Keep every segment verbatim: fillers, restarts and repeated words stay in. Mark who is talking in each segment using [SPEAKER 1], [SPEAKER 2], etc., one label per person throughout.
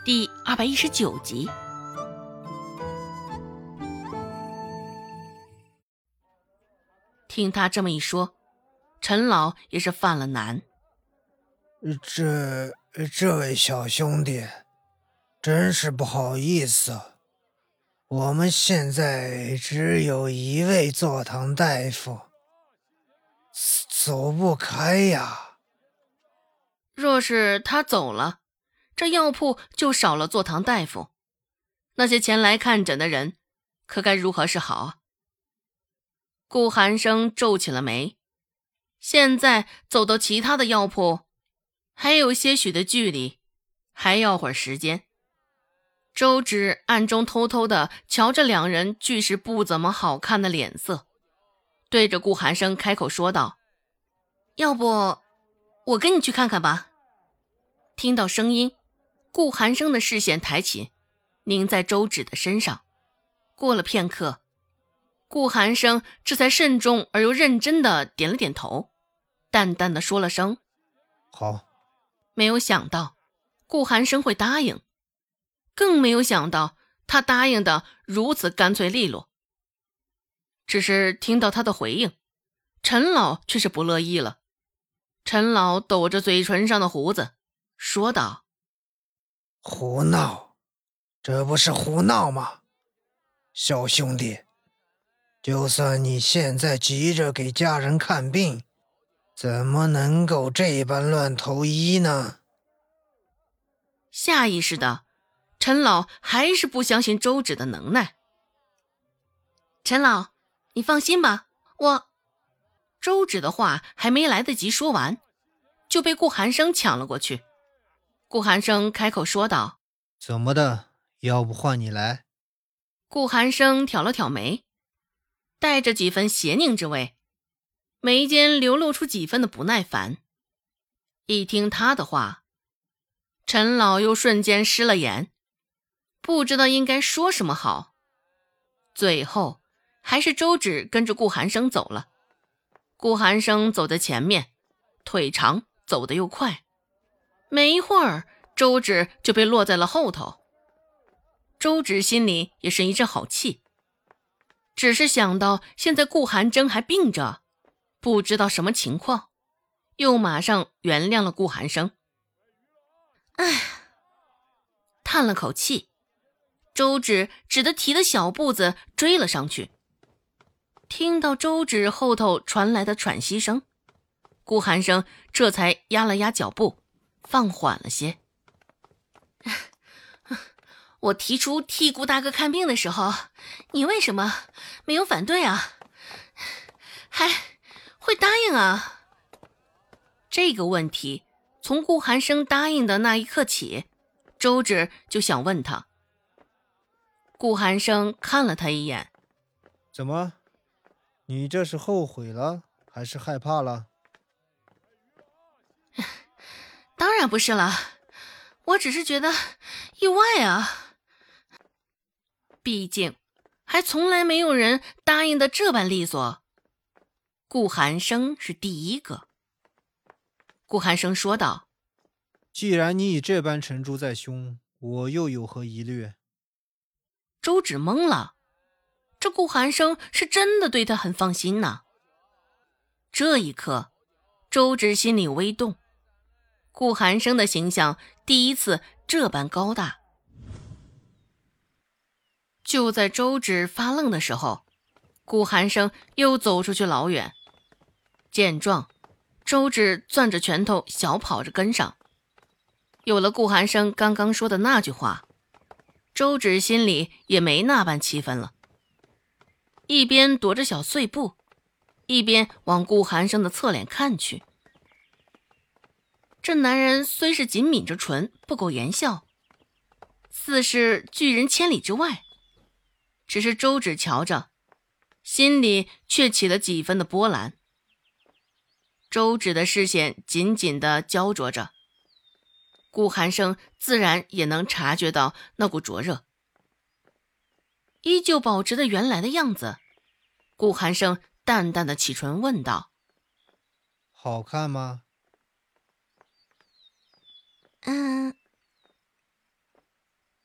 [SPEAKER 1] 第二百一十九集。听他这么一说，陈老也是犯了难。
[SPEAKER 2] 这这位小兄弟，真是不好意思，我们现在只有一位坐堂大夫，走不开呀。
[SPEAKER 1] 若是他走了，这药铺就少了坐堂大夫，那些前来看诊的人可该如何是好啊？顾寒生皱起了眉，现在走到其他的药铺还有些许的距离，还要会儿时间。周芷暗中偷偷地瞧着两人俱是不怎么好看的脸色，对着顾寒生开口说道：要不我跟你去看看吧。听到声音，顾寒生的视线抬起，凝在周芷的身上。过了片刻，顾寒生这才慎重而又认真地点了点头，淡淡地说了声
[SPEAKER 2] 好。
[SPEAKER 1] 没有想到顾寒生会答应，更没有想到他答应的如此干脆利落。只是听到他的回应，陈老却是不乐意了。陈老抖着嘴唇上的胡子说道：
[SPEAKER 2] 胡闹，这不是胡闹吗？小兄弟，就算你现在急着给家人看病，怎么能够这般乱投医呢？
[SPEAKER 1] 下意识的，陈老还是不相信周芷的能耐。陈老，你放心吧，我……周芷的话还没来得及说完，就被顾寒生抢了过去。顾寒生开口说道：
[SPEAKER 2] 怎么的，要不换你来？
[SPEAKER 1] 顾寒生挑了挑眉，带着几分邪佞之味，眉间流露出几分的不耐烦。一听他的话，陈老又瞬间失了眼，不知道应该说什么好。最后还是周芷跟着顾寒生走了。顾寒生走在前面，腿长，走得又快，没一会儿周芷就被落在了后头。周芷心里也是一阵好气，只是想到现在顾寒征还病着，不知道什么情况，又马上原谅了顾寒生。唉，叹了口气，周芷只得提着小步子追了上去。听到周芷后头传来的喘息声，顾寒生这才压了压脚步，放缓了些。我提出替顾大哥看病的时候，你为什么没有反对啊？还会答应啊？这个问题从顾寒生答应的那一刻起，周芷就想问他。顾寒生看了他一眼：
[SPEAKER 2] 怎么，你这是后悔了还是害怕了？
[SPEAKER 1] 当然不是了，我只是觉得意外啊。毕竟还从来没有人答应的这般利索，顾寒生是第一个。顾寒生说道：
[SPEAKER 2] 既然你已这般沉珠在胸，我又有何疑虑？
[SPEAKER 1] 周芷懵了，这顾寒生是真的对他很放心呢。这一刻，周芷心里微动，顾寒生的形象第一次这般高大。就在周芷发愣的时候，顾寒生又走出去老远。见状，周芷攥着拳头小跑着跟上。有了顾寒生刚刚说的那句话，周芷心里也没那般气愤了，一边踱着小碎步，一边往顾寒生的侧脸看去。这男人虽是紧抿着唇，不苟言笑，似是拒人千里之外，只是周芷瞧着，心里却起了几分的波澜。周芷的视线紧紧地焦灼着，顾寒生自然也能察觉到那股灼热。依旧保持着原来的样子，顾寒生淡淡的启唇问道：
[SPEAKER 2] 好看吗？
[SPEAKER 1] 嗯。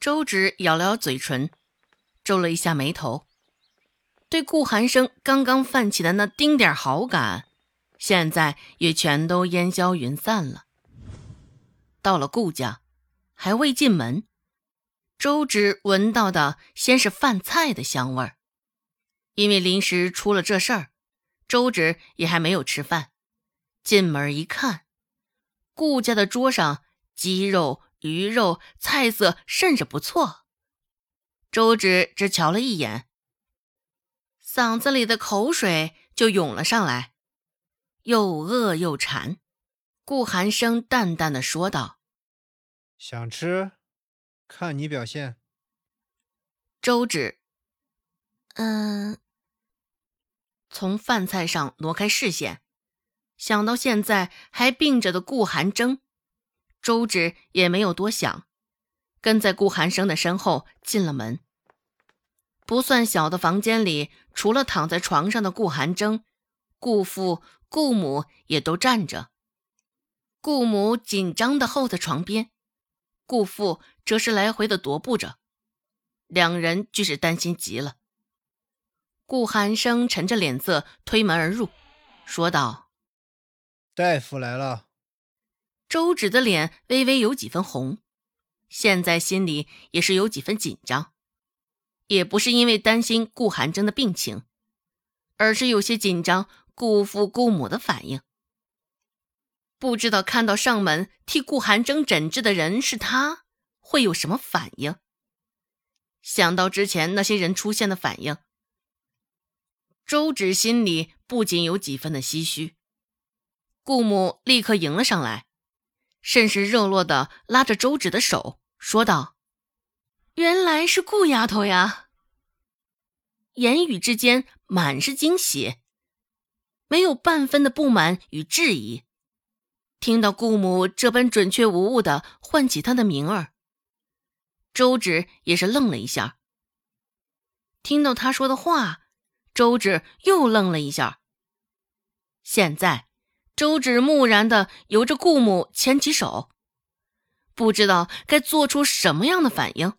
[SPEAKER 1] 周芷咬了咬嘴唇，皱了一下眉头，对顾寒生刚刚泛起的那丁点好感，现在也全都烟消云散了。到了顾家，还未进门，周芷闻到的先是饭菜的香味儿。因为临时出了这事儿，周芷也还没有吃饭。进门一看，顾家的桌上鸡肉、鱼肉、菜色甚是不错。周芷只瞧了一眼，嗓子里的口水就涌了上来，又饿又馋。顾寒生淡淡的说道：
[SPEAKER 2] 想吃，看你表现。
[SPEAKER 1] 周芷嗯，从饭菜上挪开视线，想到现在还病着的顾寒征，周芷也没有多想，跟在顾寒生的身后进了门。不算小的房间里，除了躺在床上的顾寒征，顾父、顾母也都站着。顾母紧张地候在床边，顾父则是来回地踱步着，两人俱是担心极了。顾寒生沉着脸色推门而入，说道：
[SPEAKER 2] 大夫来了。
[SPEAKER 1] 周芷的脸微微有几分红，现在心里也是有几分紧张，也不是因为担心顾寒征的病情，而是有些紧张顾父顾母的反应。不知道看到上门替顾寒征诊治的人是他，会有什么反应？想到之前那些人出现的反应，周芷心里不仅有几分的唏嘘。顾母立刻迎了上来，甚是热络地拉着周芷的手，说道：原来是顾丫头呀。言语之间满是惊喜，没有半分的不满与质疑。听到顾母这般准确无误地唤起她的名儿，周芷也是愣了一下。听到她说的话，周芷又愣了一下。现在周芷木然地由着顾母牵起手，不知道该做出什么样的反应。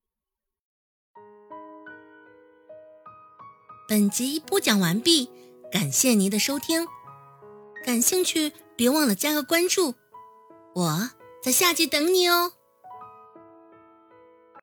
[SPEAKER 3] 本集播讲完毕，感谢您的收听。感兴趣别忘了加个关注，我在下集等你哦。